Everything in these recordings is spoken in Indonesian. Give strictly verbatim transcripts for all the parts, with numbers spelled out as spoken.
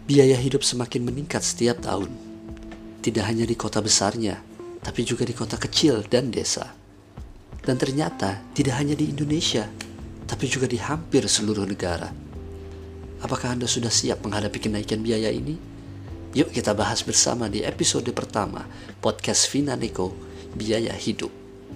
Biaya hidup semakin meningkat setiap tahun. Tidak hanya di kota besarnya, tapi juga di kota kecil dan desa. Dan ternyata tidak hanya di Indonesia, tapi juga di hampir seluruh negara. Apakah Anda sudah siap menghadapi kenaikan biaya ini? Yuk kita bahas bersama di episode pertama Podcast Finaneko, Biaya Hidup.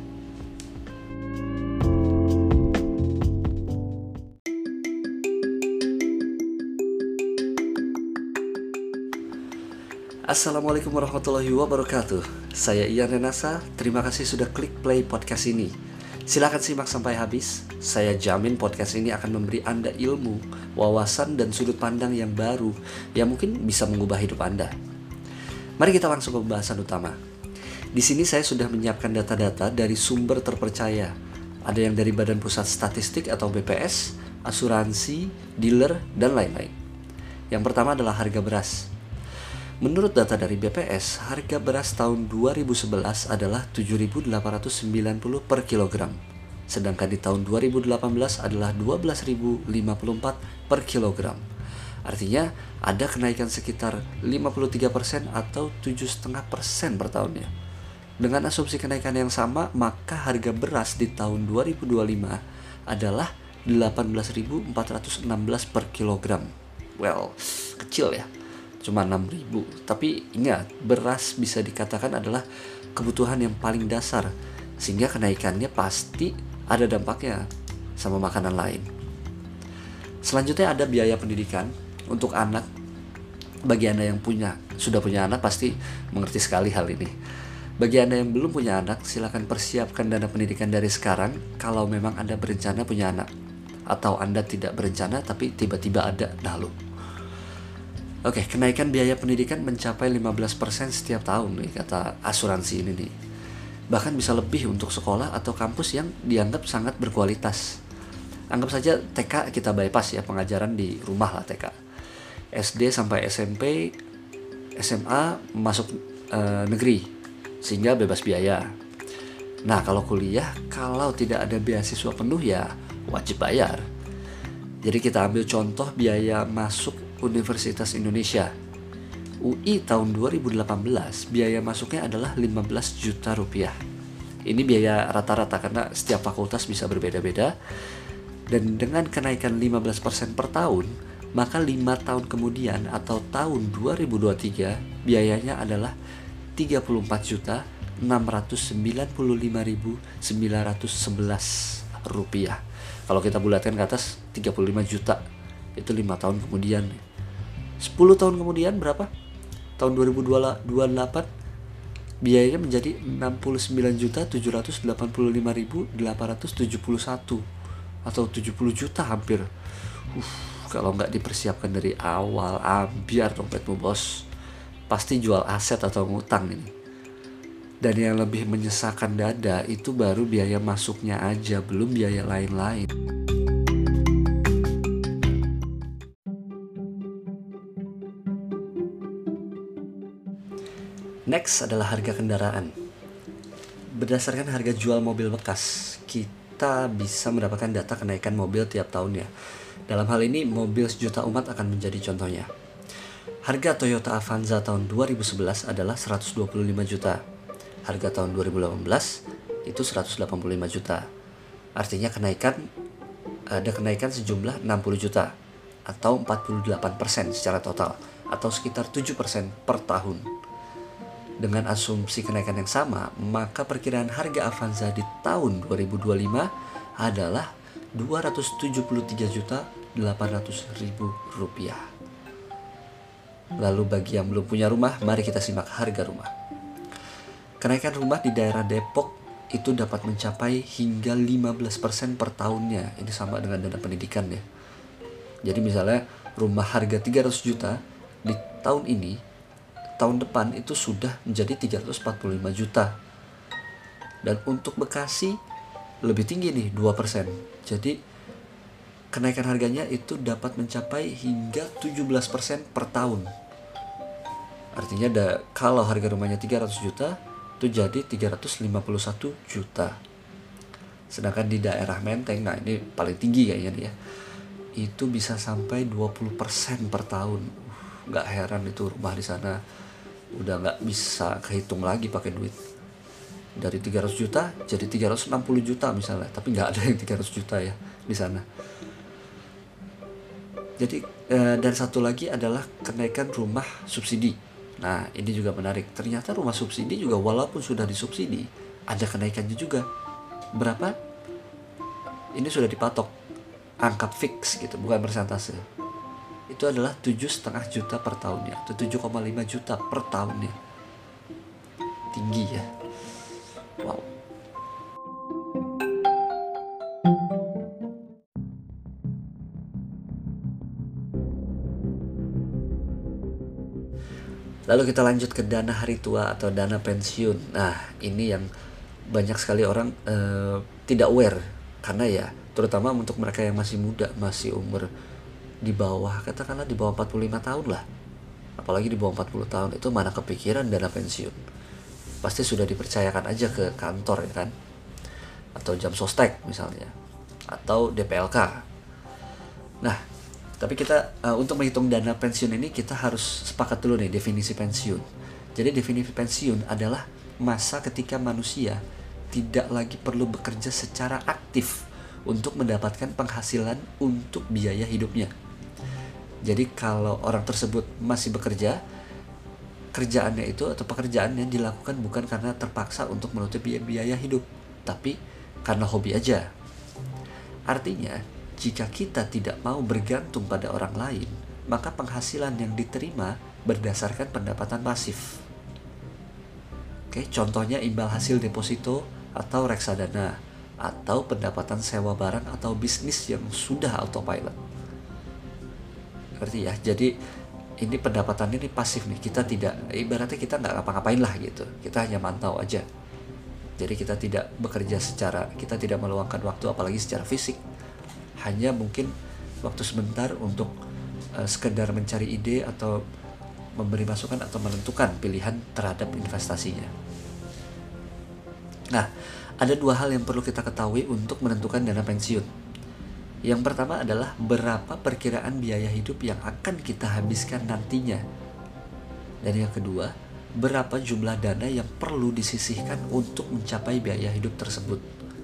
Assalamualaikum warahmatullahi wabarakatuh. Saya Ian Renasa, terima kasih sudah klik play podcast ini. Silakan simak sampai habis. Saya jamin podcast ini akan memberi Anda ilmu, wawasan, dan sudut pandang yang baru yang mungkin bisa mengubah hidup Anda. Mari kita langsung ke pembahasan utama. Di sini saya sudah menyiapkan data-data dari sumber terpercaya. Ada yang dari Badan Pusat Statistik atau B P S, asuransi, dealer, dan lain-lain. Yang pertama adalah harga beras. Menurut data dari B P S, harga beras tahun dua ribu sebelas adalah tujuh ribu delapan ratus sembilan puluh per kilogram. Sedangkan di tahun dua ribu delapan belas adalah dua belas ribu lima puluh empat per kilogram. Artinya ada kenaikan sekitar lima puluh tiga persen atau tujuh koma lima persen per tahunnya. Dengan asumsi kenaikan yang sama, maka harga beras di tahun dua ribu dua puluh lima adalah delapan belas ribu empat ratus enam belas per kilogram. Well, kecil ya. Cuma enam ribu. Tapi ingat, beras bisa dikatakan adalah kebutuhan yang paling dasar, sehingga kenaikannya pasti ada dampaknya sama makanan lain. Selanjutnya ada biaya pendidikan untuk anak. Bagi Anda yang punya sudah punya anak pasti mengerti sekali hal ini. Bagi Anda yang belum punya anak, silakan persiapkan dana pendidikan dari sekarang kalau memang Anda berencana punya anak. Atau Anda tidak berencana tapi tiba-tiba ada, nah lu. Oke, kenaikan biaya pendidikan mencapai lima belas persen setiap tahun nih, kata asuransi ini nih. Bahkan bisa lebih untuk sekolah atau kampus yang dianggap sangat berkualitas. Anggap saja T K kita bypass ya, pengajaran di rumah lah T K. S D sampai S M P, S M A masuk e, negeri, sehingga bebas biaya. Nah, kalau kuliah, kalau tidak ada beasiswa penuh ya wajib bayar. Jadi kita ambil contoh biaya masuk Universitas Indonesia. U I tahun dua ribu delapan belas biaya masuknya adalah lima belas juta rupiah. Ini biaya rata-rata karena setiap fakultas bisa berbeda-beda. Dan dengan kenaikan lima belas persen per tahun, maka lima tahun kemudian atau tahun dua ribu dua puluh tiga biayanya adalah tiga puluh empat juta enam ratus sembilan puluh lima ribu sembilan ratus sebelas rupiah. Kalau kita bulatkan ke atas tiga puluh lima juta, itu lima tahun kemudian. sepuluh tahun kemudian berapa? Tahun dua ribu dua puluh delapan biayanya menjadi enam puluh sembilan juta tujuh ratus delapan puluh lima ribu delapan ratus tujuh puluh satu atau tujuh puluh juta hampir. Uh, kalau nggak dipersiapkan dari awal, ambiar dompetmu bos. Pasti jual aset atau ngutang ini. Dan yang lebih menyesakan dada itu baru biaya masuknya aja, belum biaya lain-lain. Next adalah harga kendaraan. Berdasarkan harga jual mobil bekas, kita bisa mendapatkan data kenaikan mobil tiap tahunnya. Dalam hal ini, mobil sejuta umat akan menjadi contohnya. Harga Toyota Avanza tahun dua ribu sebelas adalah seratus dua puluh lima juta. Harga tahun dua ribu delapan belas itu seratus delapan puluh lima juta. Artinya kenaikan ada kenaikan sejumlah enam puluh juta atau empat puluh delapan persen secara total atau sekitar tujuh persen per tahun. Dengan asumsi kenaikan yang sama, maka perkiraan harga Avanza di tahun dua ribu dua puluh lima adalah dua ratus tujuh puluh tiga juta delapan ratus ribu rupiah. Lalu bagi yang belum punya rumah, mari kita simak harga rumah. Kenaikan rumah di daerah Depok itu dapat mencapai hingga lima belas persen per tahunnya. Ini sama dengan dana pendidikan ya. Jadi misalnya rumah harga tiga ratus juta di tahun ini, tahun depan itu sudah menjadi tiga ratus empat puluh lima juta. Dan untuk Bekasi lebih tinggi nih, dua persen. Jadi kenaikan harganya itu dapat mencapai hingga tujuh belas persen per tahun. Artinya ada, kalau harga rumahnya tiga ratus juta, itu jadi tiga ratus lima puluh satu juta. Sedangkan di daerah Menteng, nah ini paling tinggi kayaknya nih ya, itu bisa sampai dua puluh persen per tahun. nggak heran itu rumah di sana udah nggak bisa kehitung lagi pakai duit. Dari tiga ratus juta jadi tiga ratus enam puluh juta misalnya, tapi nggak ada yang tiga ratus juta ya di sana. Jadi eh, dan satu lagi adalah kenaikan rumah subsidi. Nah ini juga menarik, ternyata rumah subsidi juga walaupun sudah disubsidi ada kenaikannya juga. Berapa? Ini sudah dipatok angka fix gitu, bukan persentase. Itu adalah tujuh koma lima juta per tahunnya atau tujuh koma lima juta per tahunnya. Tinggi ya. Wow. Lalu kita lanjut ke dana hari tua atau dana pensiun. Nah ini yang banyak sekali orang eh, tidak aware, karena ya terutama untuk mereka yang masih muda, masih umur di bawah, katakanlah di bawah empat puluh lima tahun lah, apalagi di bawah empat puluh tahun, itu mana kepikiran dana pensiun. Pasti sudah dipercayakan aja ke kantor ya kan, atau jam sostek misalnya, atau D P L K. Nah tapi kita uh, untuk menghitung dana pensiun ini kita harus sepakat dulu nih definisi pensiun. Jadi definisi pensiun adalah masa ketika manusia tidak lagi perlu bekerja secara aktif untuk mendapatkan penghasilan untuk biaya hidupnya. Jadi kalau orang tersebut masih bekerja, kerjaannya itu atau pekerjaannya dilakukan bukan karena terpaksa untuk menutupi biaya hidup, tapi karena hobi aja. Artinya, jika kita tidak mau bergantung pada orang lain, maka penghasilan yang diterima berdasarkan pendapatan pasif. Oke, contohnya imbal hasil deposito atau reksadana, atau pendapatan sewa barang atau bisnis yang sudah autopilot. Ngerti ya? Jadi ini pendapatannya ini pasif nih. Kita tidak, ibaratnya kita nggak ngapa-ngapain lah gitu. Kita hanya mantau aja. Jadi kita tidak bekerja secara, kita tidak meluangkan waktu apalagi secara fisik. Hanya mungkin waktu sebentar untuk uh, sekedar mencari ide atau memberi masukan atau menentukan pilihan terhadap investasinya. Nah, ada dua hal yang perlu kita ketahui untuk menentukan dana pensiun. Yang pertama adalah berapa perkiraan biaya hidup yang akan kita habiskan nantinya. Dan yang kedua, berapa jumlah dana yang perlu disisihkan untuk mencapai biaya hidup tersebut.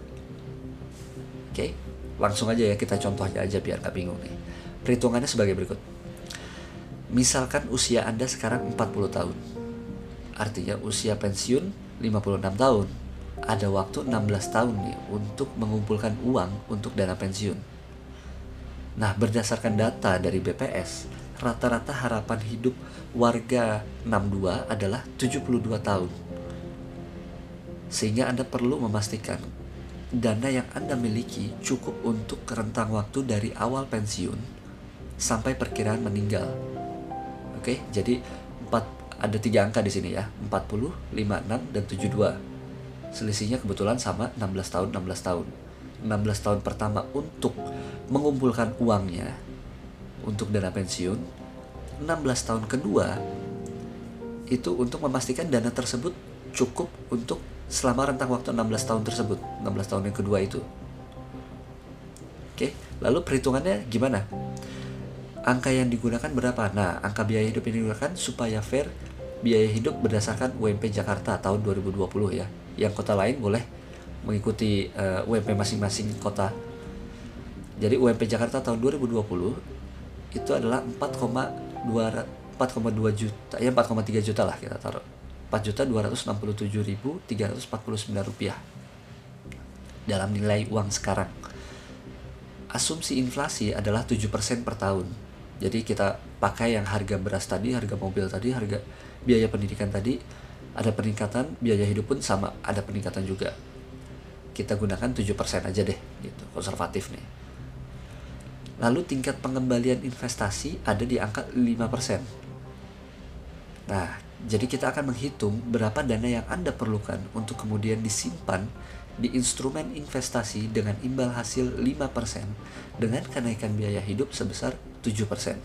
Oke, langsung aja ya, kita contohnya aja biar gak bingung nih. Perhitungannya sebagai berikut. Misalkan usia Anda sekarang empat puluh tahun. Artinya usia pensiun lima puluh enam tahun. Ada waktu enam belas tahun nih untuk mengumpulkan uang untuk dana pensiun. Nah, berdasarkan data dari B P S, rata-rata harapan hidup warga enam puluh dua adalah tujuh puluh dua tahun. Sehingga Anda perlu memastikan dana yang Anda miliki cukup untuk rentang waktu dari awal pensiun sampai perkiraan meninggal. Oke, jadi empat, ada tiga angka di sini ya, empat puluh, lima puluh enam, dan tujuh puluh dua. Selisihnya kebetulan sama enam belas tahun, enam belas tahun. enam belas tahun pertama untuk mengumpulkan uangnya untuk dana pensiun. enam belas tahun kedua itu untuk memastikan dana tersebut cukup untuk selama rentang waktu enam belas tahun tersebut, enam belas tahun yang kedua itu. Oke, lalu perhitungannya gimana? Angka yang digunakan berapa? Nah, angka biaya hidup yang digunakan supaya fair, biaya hidup berdasarkan U M P Jakarta tahun dua ribu dua puluh ya. Yang kota lain boleh mengikuti uh, U M P masing-masing kota. Jadi U M P Jakarta tahun dua ribu dua puluh itu adalah empat koma dua juta, ya empat koma tiga juta lah kita taruh. empat juta dua ratus enam puluh tujuh ribu tiga ratus empat puluh sembilan rupiah dalam nilai uang sekarang. Asumsi inflasi adalah tujuh persen per tahun. Jadi kita pakai yang harga beras tadi, harga mobil tadi, harga biaya pendidikan tadi, ada peningkatan, biaya hidup pun sama, ada peningkatan juga. Kita gunakan tujuh persen aja deh, gitu, konservatif nih. Lalu tingkat pengembalian investasi ada di angka lima persen. Nah, jadi kita akan menghitung berapa dana yang Anda perlukan untuk kemudian disimpan di instrumen investasi dengan imbal hasil lima persen dengan kenaikan biaya hidup sebesar tujuh persen.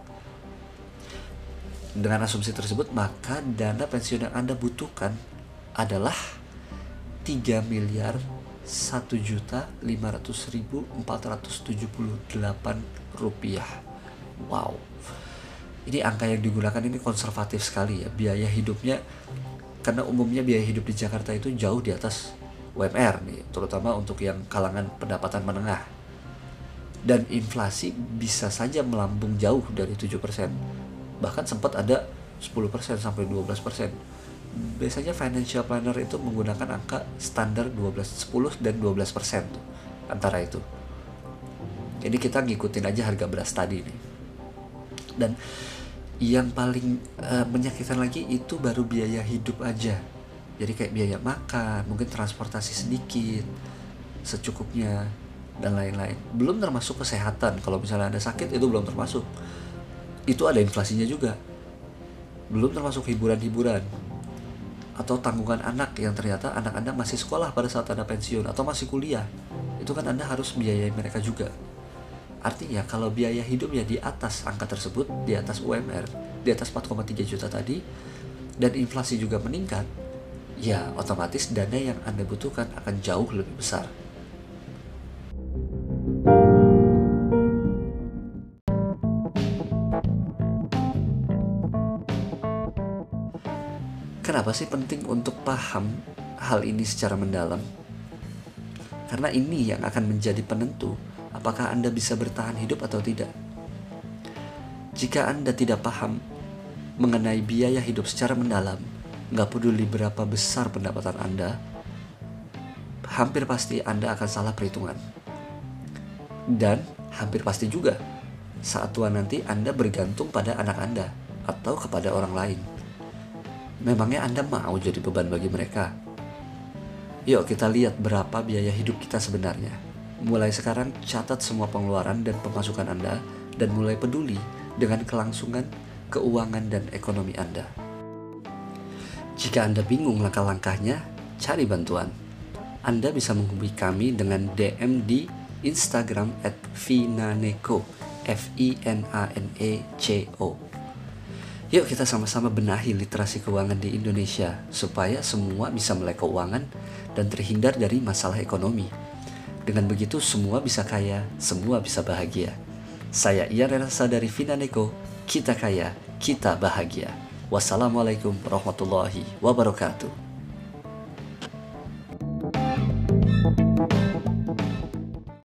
Dengan asumsi tersebut, maka dana pensiun yang Anda butuhkan adalah tiga miliar satu juta lima ratus ribu empat ratus tujuh puluh delapan rupiah. Wow. Ini angka yang digunakan ini konservatif sekali ya. Biaya hidupnya, karena umumnya biaya hidup di Jakarta itu jauh di atas U M R nih, terutama untuk yang kalangan pendapatan menengah. Dan inflasi bisa saja melambung jauh dari tujuh persen. Bahkan sempat ada sepuluh persen sampai dua belas persen. Biasanya financial planner itu menggunakan angka standar dua belas, sepuluh dan dua belas persen tuh, antara itu. Jadi kita ngikutin aja harga beras tadi nih. Dan yang paling uh, menyakitkan lagi itu baru biaya hidup aja. Jadi kayak biaya makan, mungkin transportasi sedikit, secukupnya, dan lain-lain. Belum termasuk kesehatan. Kalau misalnya ada sakit itu belum termasuk. Itu ada inflasinya juga. Belum termasuk hiburan-hiburan atau tanggungan anak yang ternyata anak Anda masih sekolah pada saat Anda pensiun atau masih kuliah. Itu kan Anda harus biayai mereka juga. Artinya kalau biaya hidupnya di atas angka tersebut, di atas U M R, di atas empat koma tiga juta tadi, dan inflasi juga meningkat, ya otomatis dana yang Anda butuhkan akan jauh lebih besar. Kenapa sih penting untuk paham hal ini secara mendalam? Karena ini yang akan menjadi penentu apakah Anda bisa bertahan hidup atau tidak. Jika Anda tidak paham mengenai biaya hidup secara mendalam, nggak peduli berapa besar pendapatan Anda, hampir pasti Anda akan salah perhitungan. Dan hampir pasti juga saat tua nanti Anda bergantung pada anak Anda atau kepada orang lain. Memangnya Anda mau jadi beban bagi mereka? Yuk kita lihat berapa biaya hidup kita sebenarnya. Mulai sekarang catat semua pengeluaran dan pemasukan Anda dan mulai peduli dengan kelangsungan keuangan dan ekonomi Anda. Jika Anda bingung langkah-langkahnya, cari bantuan. Anda bisa menghubungi kami dengan D M di Instagram at finaneco, F I N A N E C O. Yuk kita sama-sama benahi literasi keuangan di Indonesia supaya semua bisa melek keuangan dan terhindar dari masalah ekonomi. Dengan begitu semua bisa kaya, semua bisa bahagia. Saya Ian Renasa dari Finaneco, kita kaya, kita bahagia. Wassalamualaikum warahmatullahi wabarakatuh.